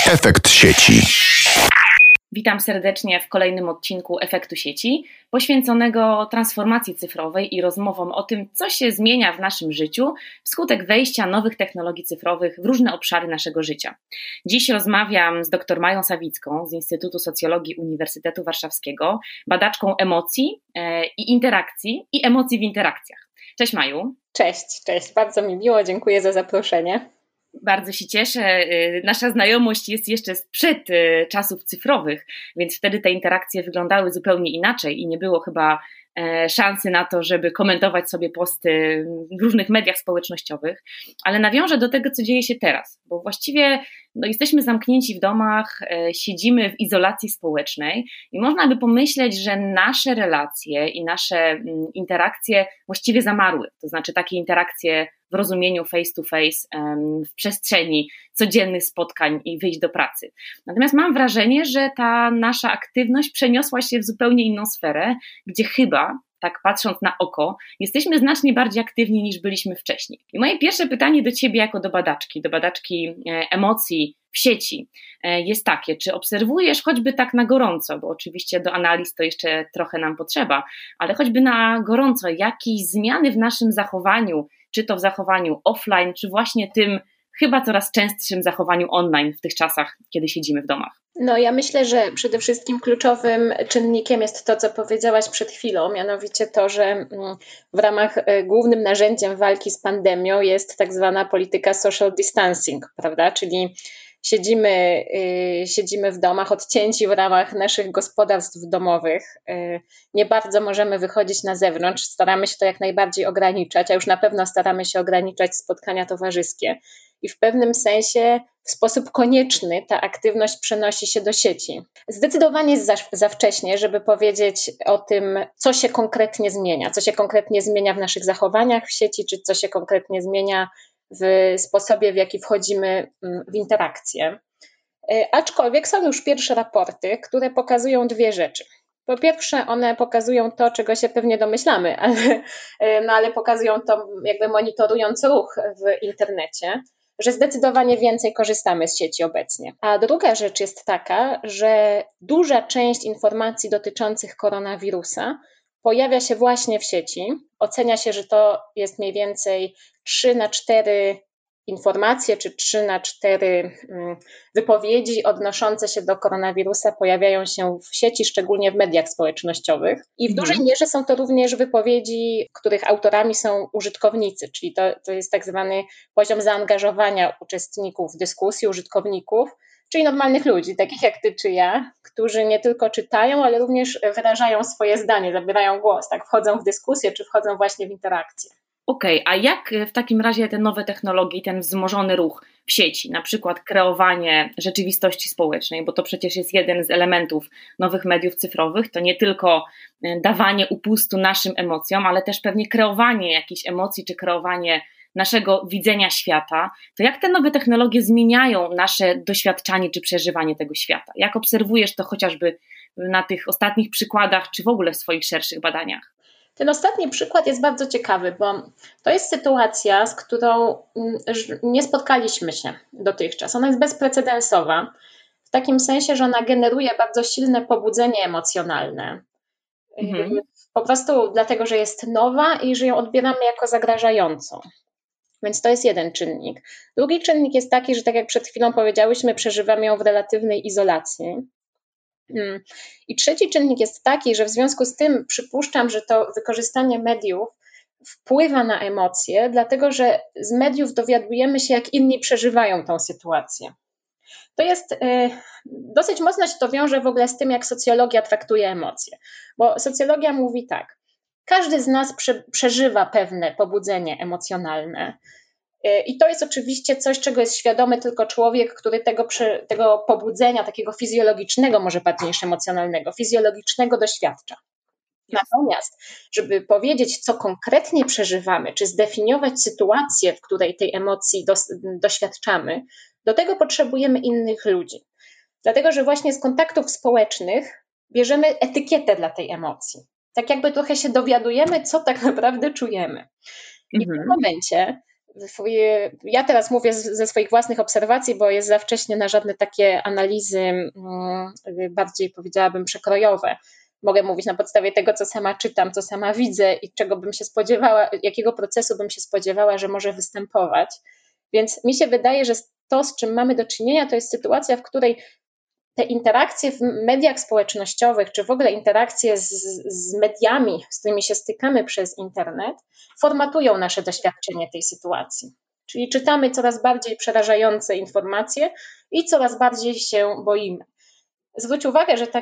Efekt sieci. Witam serdecznie w kolejnym odcinku Efektu sieci, poświęconego transformacji cyfrowej i rozmowom o tym, co się zmienia w naszym życiu wskutek wejścia nowych technologii cyfrowych w różne obszary naszego życia. Dziś rozmawiam z dr Mają Sawicką z Instytutu Socjologii Uniwersytetu Warszawskiego, badaczką emocji i interakcji i emocji w interakcjach. Cześć Maju. Cześć, bardzo mi miło, dziękuję za zaproszenie. Bardzo się cieszę. Nasza znajomość jest jeszcze sprzed czasów cyfrowych, więc wtedy te interakcje wyglądały zupełnie inaczej i nie było chyba szansy na to, żeby komentować sobie posty w różnych mediach społecznościowych, ale nawiążę do tego, co dzieje się teraz, bo właściwie jesteśmy zamknięci w domach, siedzimy w izolacji społecznej i można by pomyśleć, że nasze relacje i nasze interakcje właściwie zamarły, to znaczy takie interakcje w rozumieniu face to face, w przestrzeni codziennych spotkań i wyjść do pracy. Natomiast mam wrażenie, że ta nasza aktywność przeniosła się w zupełnie inną sferę, gdzie chyba, tak patrząc na oko, jesteśmy znacznie bardziej aktywni niż byliśmy wcześniej. I moje pierwsze pytanie do Ciebie jako do badaczki emocji w sieci jest takie, czy obserwujesz choćby tak na gorąco, bo oczywiście do analiz to jeszcze trochę nam potrzeba, ale choćby na gorąco jakieś zmiany w naszym zachowaniu, czy to w zachowaniu offline, czy właśnie tym chyba coraz częstszym zachowaniu online w tych czasach, kiedy siedzimy w domach? Ja myślę, że przede wszystkim kluczowym czynnikiem jest to, co powiedziałaś przed chwilą, mianowicie to, że w ramach głównym narzędziem walki z pandemią jest tak zwana polityka social distancing, prawda? Czyli siedzimy w domach, odcięci w ramach naszych gospodarstw domowych. Nie bardzo możemy wychodzić na zewnątrz, staramy się to jak najbardziej ograniczać, a już na pewno staramy się ograniczać spotkania towarzyskie. I w pewnym sensie w sposób konieczny ta aktywność przenosi się do sieci. Zdecydowanie jest za wcześnie, żeby powiedzieć o tym, co się konkretnie zmienia w naszych zachowaniach w sieci, czy co się konkretnie zmienia w sposobie, w jaki wchodzimy w interakcje. Aczkolwiek są już pierwsze raporty, które pokazują dwie rzeczy. Po pierwsze, one pokazują to, czego się pewnie domyślamy, ale pokazują to jakby monitorując ruch w internecie, że zdecydowanie więcej korzystamy z sieci obecnie. A druga rzecz jest taka, że duża część informacji dotyczących koronawirusa pojawia się właśnie w sieci. Ocenia się, że to jest mniej więcej 3/4 informacje, czy 3/4 wypowiedzi odnoszące się do koronawirusa pojawiają się w sieci, szczególnie w mediach społecznościowych. I w dużej mierze są to również wypowiedzi, których autorami są użytkownicy, czyli to jest tak zwany poziom zaangażowania uczestników dyskusji, użytkowników, czyli normalnych ludzi, takich jak ty czy ja, którzy nie tylko czytają, ale również wyrażają swoje zdanie, zabierają głos, tak, wchodzą w dyskusję, czy wchodzą właśnie w interakcję. Okej, a jak w takim razie te nowe technologie, ten wzmożony ruch w sieci, na przykład kreowanie rzeczywistości społecznej, bo to przecież jest jeden z elementów nowych mediów cyfrowych, to nie tylko dawanie upustu naszym emocjom, ale też pewnie kreowanie jakichś emocji, czy kreowanie naszego widzenia świata, to jak te nowe technologie zmieniają nasze doświadczanie czy przeżywanie tego świata? Jak obserwujesz to chociażby na tych ostatnich przykładach, czy w ogóle w swoich szerszych badaniach? Ten ostatni przykład jest bardzo ciekawy, bo to jest sytuacja, z którą nie spotkaliśmy się dotychczas. Ona jest bezprecedensowa, w takim sensie, że ona generuje bardzo silne pobudzenie emocjonalne. Po prostu dlatego, że jest nowa i że ją odbieramy jako zagrażającą. Więc to jest jeden czynnik. Drugi czynnik jest taki, że tak jak przed chwilą powiedziałyśmy, przeżywamy ją w relatywnej izolacji. I trzeci czynnik jest taki, że w związku z tym przypuszczam, że to wykorzystanie mediów wpływa na emocje, dlatego że z mediów dowiadujemy się, jak inni przeżywają tą sytuację. To jest dosyć mocno się to wiąże w ogóle z tym, jak socjologia traktuje emocje, bo socjologia mówi tak: każdy z nas przeżywa pewne pobudzenie emocjonalne. I to jest oczywiście coś, czego jest świadomy tylko człowiek, który tego pobudzenia, takiego fizjologicznego, może bardziej niż emocjonalnego, fizjologicznego doświadcza. Natomiast, żeby powiedzieć, co konkretnie przeżywamy, czy zdefiniować sytuację, w której tej emocji doświadczamy, do tego potrzebujemy innych ludzi. Dlatego, że właśnie z kontaktów społecznych bierzemy etykietę dla tej emocji. Tak jakby trochę się dowiadujemy, co tak naprawdę czujemy. I w tym momencie ja teraz mówię ze swoich własnych obserwacji, bo jest za wcześnie na żadne takie analizy, bardziej powiedziałabym przekrojowe. Mogę mówić na podstawie tego, co sama czytam, co sama widzę i czego bym się spodziewała, jakiego procesu bym się spodziewała, że może występować. Więc mi się wydaje, że to, z czym mamy do czynienia, to jest sytuacja, w której te interakcje w mediach społecznościowych, czy w ogóle interakcje z mediami, z którymi się stykamy przez internet, formatują nasze doświadczenie tej sytuacji. Czyli czytamy coraz bardziej przerażające informacje i coraz bardziej się boimy. Zwróć uwagę, że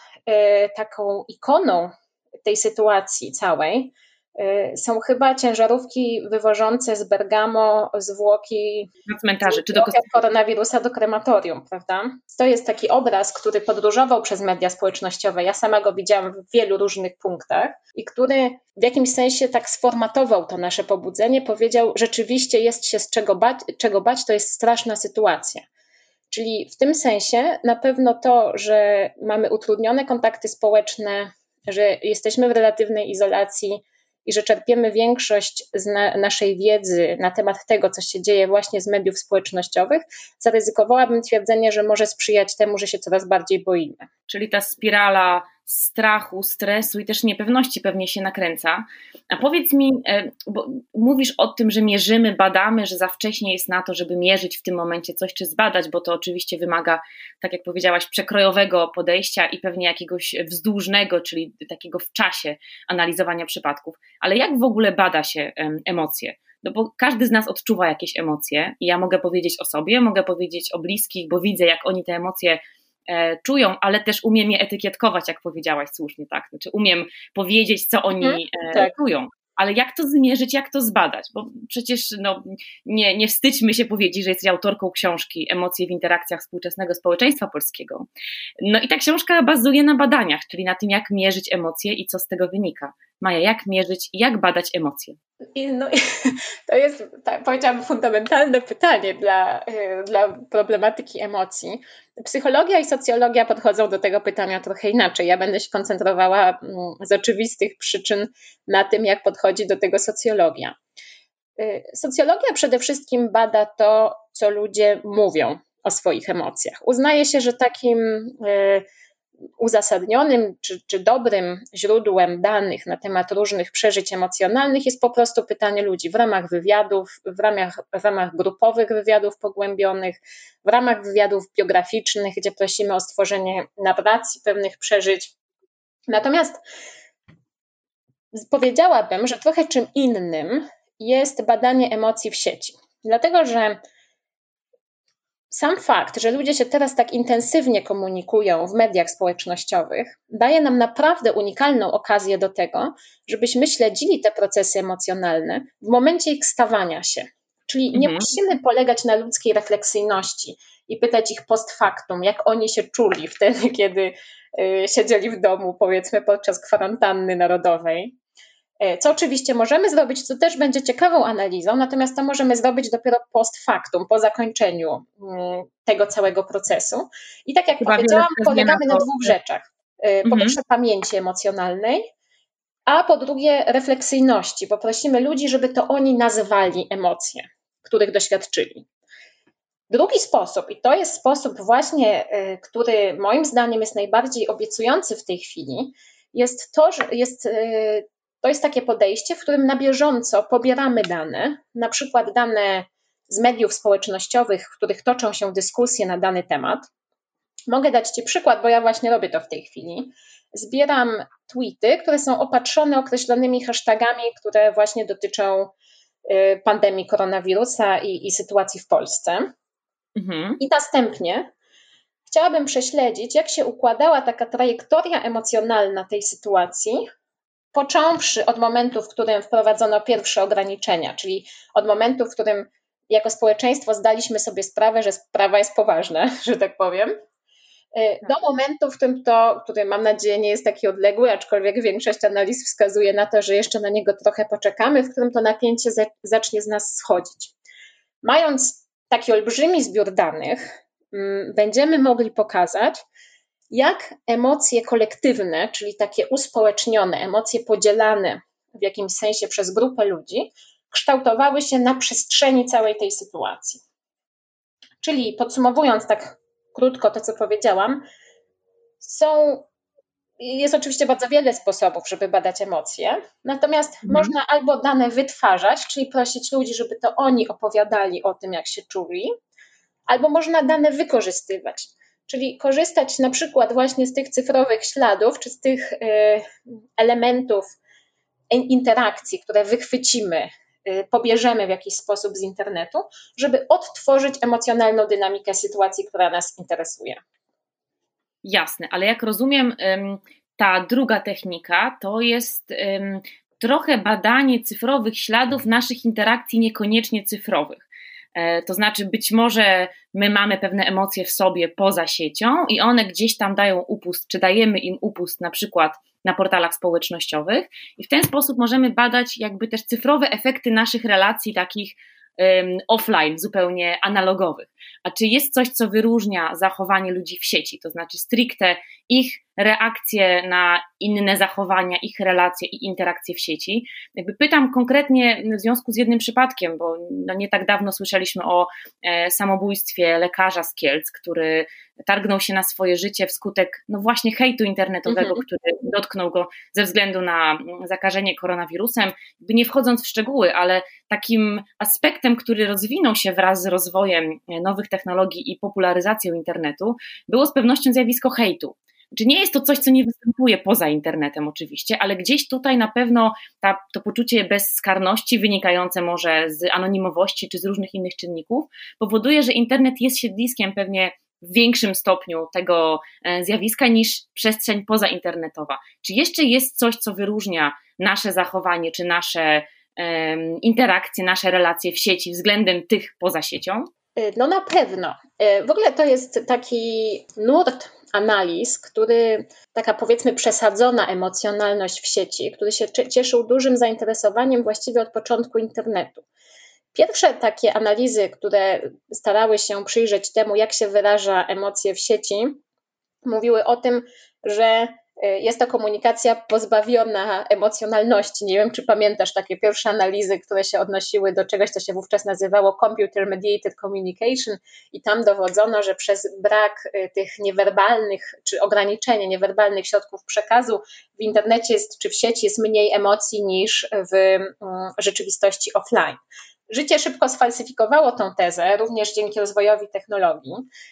taką ikoną tej sytuacji całej są chyba ciężarówki wywożące z Bergamo zwłoki na cmentarze, czy do koronawirusa do krematorium, prawda? To jest taki obraz, który podróżował przez media społecznościowe. Ja sama go widziałam w wielu różnych punktach i który w jakimś sensie tak sformatował to nasze pobudzenie, powiedział, rzeczywiście jest się z czego bać, to jest straszna sytuacja. Czyli w tym sensie na pewno to, że mamy utrudnione kontakty społeczne, że jesteśmy w relatywnej izolacji i że czerpiemy większość z naszej wiedzy na temat tego, co się dzieje właśnie z mediów społecznościowych, zaryzykowałabym twierdzenie, że może sprzyjać temu, że się coraz bardziej boimy. Czyli ta spirala strachu, stresu i też niepewności pewnie się nakręca. A powiedz mi, bo mówisz o tym, że mierzymy, badamy, że za wcześnie jest na to, żeby mierzyć w tym momencie coś czy zbadać, bo to oczywiście wymaga, tak jak powiedziałaś, przekrojowego podejścia i pewnie jakiegoś wzdłużnego, czyli takiego w czasie analizowania przypadków. Ale jak w ogóle bada się emocje? No bo każdy z nas odczuwa jakieś emocje i ja mogę powiedzieć o sobie, mogę powiedzieć o bliskich, bo widzę, jak oni te emocje czują, ale też umiem je etykietkować, jak powiedziałaś słusznie, tak? Znaczy umiem powiedzieć, co oni czują. Ale jak to zmierzyć, jak to zbadać? Bo przecież nie wstydźmy się powiedzieć, że jesteś autorką książki Emocje w interakcjach współczesnego społeczeństwa polskiego. No i ta książka bazuje na badaniach, czyli na tym, jak mierzyć emocje i co z tego wynika. Maja, jak mierzyć i jak badać emocje? To jest, tak, powiedziałabym, fundamentalne pytanie dla problematyki emocji. Psychologia i socjologia podchodzą do tego pytania trochę inaczej. Ja będę się koncentrowała z oczywistych przyczyn na tym, jak podchodzi do tego socjologia. Socjologia przede wszystkim bada to, co ludzie mówią o swoich emocjach. Uznaje się, że takim uzasadnionym czy dobrym źródłem danych na temat różnych przeżyć emocjonalnych jest po prostu pytanie ludzi w ramach wywiadów, w ramach grupowych wywiadów pogłębionych, w ramach wywiadów biograficznych, gdzie prosimy o stworzenie narracji pewnych przeżyć. Natomiast powiedziałabym, że trochę czym innym jest badanie emocji w sieci. Dlatego, że sam fakt, że ludzie się teraz tak intensywnie komunikują w mediach społecznościowych, daje nam naprawdę unikalną okazję do tego, żebyśmy śledzili te procesy emocjonalne w momencie ich stawania się. Czyli nie musimy polegać na ludzkiej refleksyjności i pytać ich post factum, jak oni się czuli wtedy, kiedy siedzieli w domu, powiedzmy podczas kwarantanny narodowej. Co oczywiście możemy zrobić, co też będzie ciekawą analizą, natomiast to możemy zrobić dopiero post factum, po zakończeniu tego całego procesu. I tak jak powiedziałam, polegamy na dwóch rzeczach. Po pierwsze pamięci emocjonalnej, a po drugie refleksyjności. Poprosimy ludzi, żeby to oni nazywali emocje, których doświadczyli. Drugi sposób, i to jest sposób właśnie, który moim zdaniem jest najbardziej obiecujący w tej chwili, jest to, że to jest takie podejście, w którym na bieżąco pobieramy dane, na przykład dane z mediów społecznościowych, w których toczą się dyskusje na dany temat. Mogę dać Ci przykład, bo ja właśnie robię to w tej chwili. Zbieram tweety, które są opatrzone określonymi hashtagami, które właśnie dotyczą pandemii koronawirusa i sytuacji w Polsce. I następnie chciałabym prześledzić, jak się układała taka trajektoria emocjonalna tej sytuacji, począwszy od momentu, w którym wprowadzono pierwsze ograniczenia, czyli od momentu, w którym jako społeczeństwo zdaliśmy sobie sprawę, że sprawa jest poważna, że tak powiem, do momentu, który mam nadzieję nie jest taki odległy, aczkolwiek większość analiz wskazuje na to, że jeszcze na niego trochę poczekamy, w którym to napięcie zacznie z nas schodzić. Mając taki olbrzymi zbiór danych, będziemy mogli pokazać, jak emocje kolektywne, czyli takie uspołecznione, emocje podzielane w jakimś sensie przez grupę ludzi, kształtowały się na przestrzeni całej tej sytuacji. Czyli podsumowując tak krótko to, co powiedziałam, jest oczywiście bardzo wiele sposobów, żeby badać emocje, natomiast można albo dane wytwarzać, czyli prosić ludzi, żeby to oni opowiadali o tym, jak się czuli, albo można dane wykorzystywać, czyli korzystać na przykład właśnie z tych cyfrowych śladów, czy z tych elementów interakcji, które wychwycimy, pobierzemy w jakiś sposób z internetu, żeby odtworzyć emocjonalną dynamikę sytuacji, która nas interesuje. Jasne, ale jak rozumiem, ta druga technika to jest trochę badanie cyfrowych śladów naszych interakcji niekoniecznie cyfrowych. To znaczy być może my mamy pewne emocje w sobie poza siecią i one gdzieś tam dają upust, czy dajemy im upust na przykład na portalach społecznościowych i w ten sposób możemy badać jakby też cyfrowe efekty naszych relacji takich offline, zupełnie analogowych. A czy jest coś, co wyróżnia zachowanie ludzi w sieci, to znaczy stricte ich reakcje na inne zachowania, ich relacje i interakcje w sieci? Jakby pytam konkretnie w związku z jednym przypadkiem, bo nie tak dawno słyszeliśmy o samobójstwie lekarza z Kielc, który targnął się na swoje życie wskutek właśnie hejtu internetowego, który dotknął go ze względu na zakażenie koronawirusem. Nie wchodząc w szczegóły, ale takim aspektem, który rozwinął się wraz z rozwojem nowych technologii i popularyzacją internetu, było z pewnością zjawisko hejtu. Czy nie jest to coś, co nie występuje poza internetem oczywiście, ale gdzieś tutaj na pewno to poczucie bezkarności wynikające może z anonimowości czy z różnych innych czynników powoduje, że internet jest siedliskiem pewnie w większym stopniu tego zjawiska niż przestrzeń pozainternetowa. Czy jeszcze jest coś, co wyróżnia nasze zachowanie czy nasze interakcje, nasze relacje w sieci względem tych poza siecią? No na pewno. W ogóle to jest taki nurt analiz, taka powiedzmy przesadzona emocjonalność w sieci, który się cieszył dużym zainteresowaniem właściwie od początku internetu. Pierwsze takie analizy, które starały się przyjrzeć temu, jak się wyraża emocje w sieci, mówiły o tym, że jest to komunikacja pozbawiona emocjonalności. Nie wiem, czy pamiętasz takie pierwsze analizy, które się odnosiły do czegoś, co się wówczas nazywało Computer Mediated Communication i tam dowodzono, że przez brak tych niewerbalnych, czy ograniczenie niewerbalnych środków przekazu w internecie czy w sieci jest mniej emocji niż w rzeczywistości offline. Życie szybko sfalsyfikowało tą tezę, również dzięki rozwojowi technologii.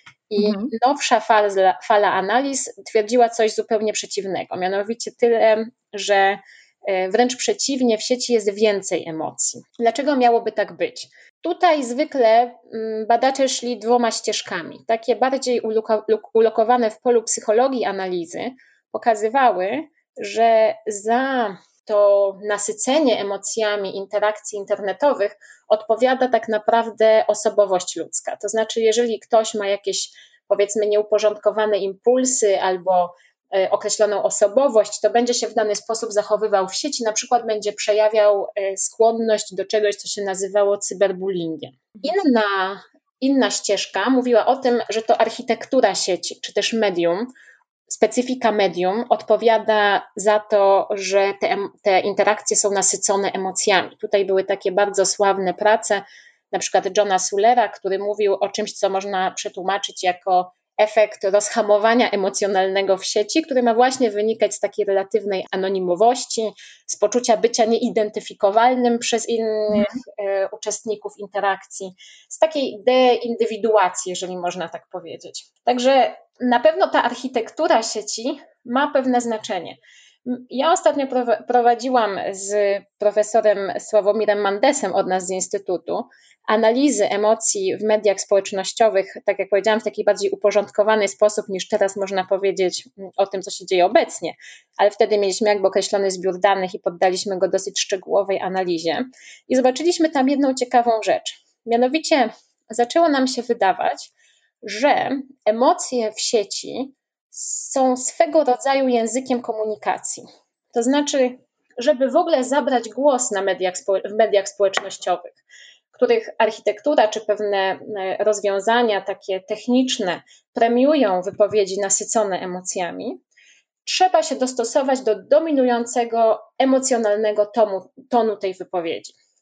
I nowsza fala analiz twierdziła coś zupełnie przeciwnego, mianowicie tyle, że wręcz przeciwnie, w sieci jest więcej emocji. Dlaczego miałoby tak być? Tutaj zwykle badacze szli dwoma ścieżkami. Takie bardziej ulokowane w polu psychologii analizy pokazywały, że za to nasycenie emocjami interakcji internetowych odpowiada tak naprawdę osobowość ludzka. To znaczy, jeżeli ktoś ma jakieś, powiedzmy, nieuporządkowane impulsy albo określoną osobowość, to będzie się w dany sposób zachowywał w sieci, na przykład będzie przejawiał skłonność do czegoś, co się nazywało cyberbullyingiem. Inna ścieżka mówiła o tym, że to architektura sieci, czy też medium, specyfika medium odpowiada za to, że te interakcje są nasycone emocjami. Tutaj były takie bardzo sławne prace, na przykład Johna Sullera, który mówił o czymś, co można przetłumaczyć jako efekt rozhamowania emocjonalnego w sieci, który ma właśnie wynikać z takiej relatywnej anonimowości, z poczucia bycia nieidentyfikowalnym przez innych uczestników interakcji, z takiej deindywiduacji, jeżeli można tak powiedzieć. Także na pewno ta architektura sieci ma pewne znaczenie. Ja ostatnio prowadziłam z profesorem Sławomirem Mandesem od nas z Instytutu analizy emocji w mediach społecznościowych, tak jak powiedziałam, w taki bardziej uporządkowany sposób niż teraz można powiedzieć o tym, co się dzieje obecnie, ale wtedy mieliśmy jakby określony zbiór danych i poddaliśmy go dosyć szczegółowej analizie i zobaczyliśmy tam jedną ciekawą rzecz. Mianowicie zaczęło nam się wydawać, że emocje w sieci są swego rodzaju językiem komunikacji. To znaczy, żeby w ogóle zabrać głos w mediach społecznościowych, których architektura czy pewne rozwiązania takie techniczne premiują wypowiedzi nasycone emocjami, trzeba się dostosować do dominującego emocjonalnego tonu tej wypowiedzi.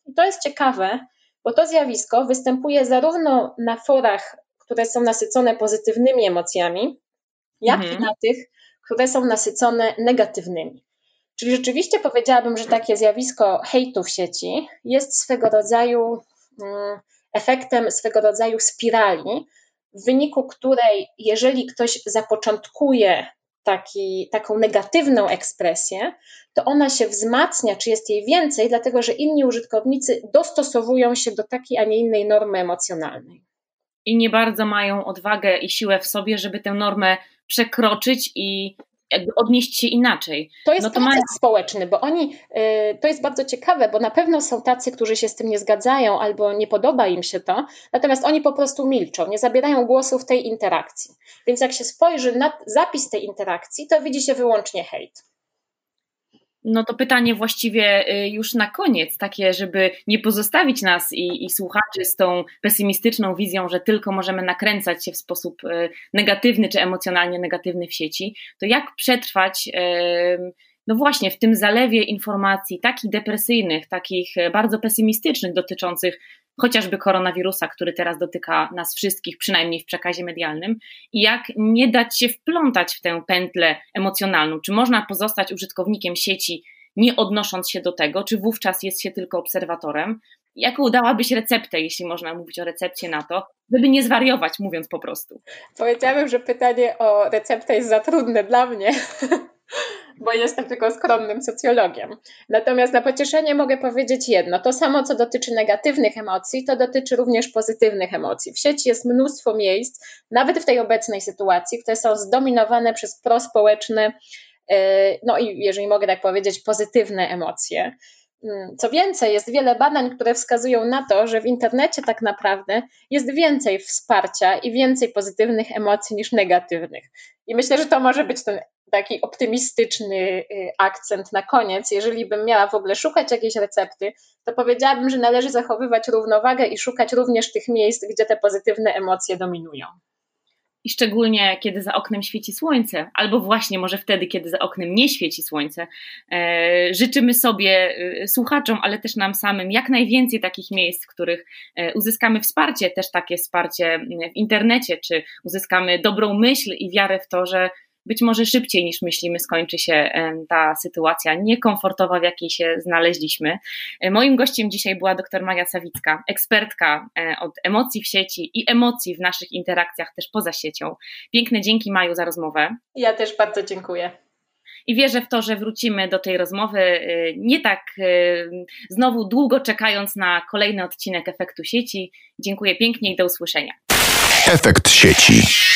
I to jest ciekawe, bo to zjawisko występuje zarówno na forach, które są nasycone pozytywnymi emocjami, jak i na tych, które są nasycone negatywnymi. Czyli rzeczywiście powiedziałabym, że takie zjawisko hejtu w sieci jest swego rodzaju efektem swego rodzaju spirali, w wyniku której jeżeli ktoś zapoczątkuje taką negatywną ekspresję, to ona się wzmacnia, czy jest jej więcej, dlatego że inni użytkownicy dostosowują się do takiej, a nie innej normy emocjonalnej. I nie bardzo mają odwagę i siłę w sobie, żeby tę normę przekroczyć i jakby odnieść się inaczej. To jest proces społeczny, bo to jest bardzo ciekawe, bo na pewno są tacy, którzy się z tym nie zgadzają albo nie podoba im się to, natomiast oni po prostu milczą, nie zabierają głosu w tej interakcji. Więc jak się spojrzy na zapis tej interakcji, to widzi się wyłącznie hejt. No to pytanie właściwie już na koniec, takie, żeby nie pozostawić nas i słuchaczy z tą pesymistyczną wizją, że tylko możemy nakręcać się w sposób negatywny czy emocjonalnie negatywny w sieci, to jak przetrwać no właśnie w tym zalewie informacji takich depresyjnych, takich bardzo pesymistycznych dotyczących chociażby koronawirusa, który teraz dotyka nas wszystkich, przynajmniej w przekazie medialnym, i jak nie dać się wplątać w tę pętlę emocjonalną. Czy można pozostać użytkownikiem sieci, nie odnosząc się do tego, czy wówczas jest się tylko obserwatorem? Jaką dałabyś receptę, jeśli można mówić o recepcie na to, żeby nie zwariować, mówiąc po prostu? Powiedziałabym, że pytanie o receptę jest za trudne dla mnie, bo jestem tylko skromnym socjologiem. Natomiast na pocieszenie mogę powiedzieć jedno. To samo, co dotyczy negatywnych emocji, to dotyczy również pozytywnych emocji. W sieci jest mnóstwo miejsc, nawet w tej obecnej sytuacji, które są zdominowane przez prospołeczne, no i jeżeli mogę tak powiedzieć, pozytywne emocje. Co więcej, jest wiele badań, które wskazują na to, że w internecie tak naprawdę jest więcej wsparcia i więcej pozytywnych emocji niż negatywnych. I myślę, że to może być ten taki optymistyczny akcent na koniec. Jeżeli bym miała w ogóle szukać jakiejś recepty, to powiedziałabym, że należy zachowywać równowagę i szukać również tych miejsc, gdzie te pozytywne emocje dominują. I szczególnie kiedy za oknem świeci słońce, albo właśnie może wtedy, kiedy za oknem nie świeci słońce, życzymy sobie, słuchaczom, ale też nam samym, jak najwięcej takich miejsc, w których uzyskamy wsparcie, też takie wsparcie w internecie, czy uzyskamy dobrą myśl i wiarę w to, że być może szybciej niż myślimy skończy się ta sytuacja niekomfortowa, w jakiej się znaleźliśmy. Moim gościem dzisiaj była dr Maja Sawicka, ekspertka od emocji w sieci i emocji w naszych interakcjach też poza siecią. Piękne dzięki, Maju, za rozmowę. Ja też bardzo dziękuję. I wierzę w to, że wrócimy do tej rozmowy nie tak znowu długo czekając na kolejny odcinek Efektu Sieci. Dziękuję pięknie i do usłyszenia. Efekt sieci.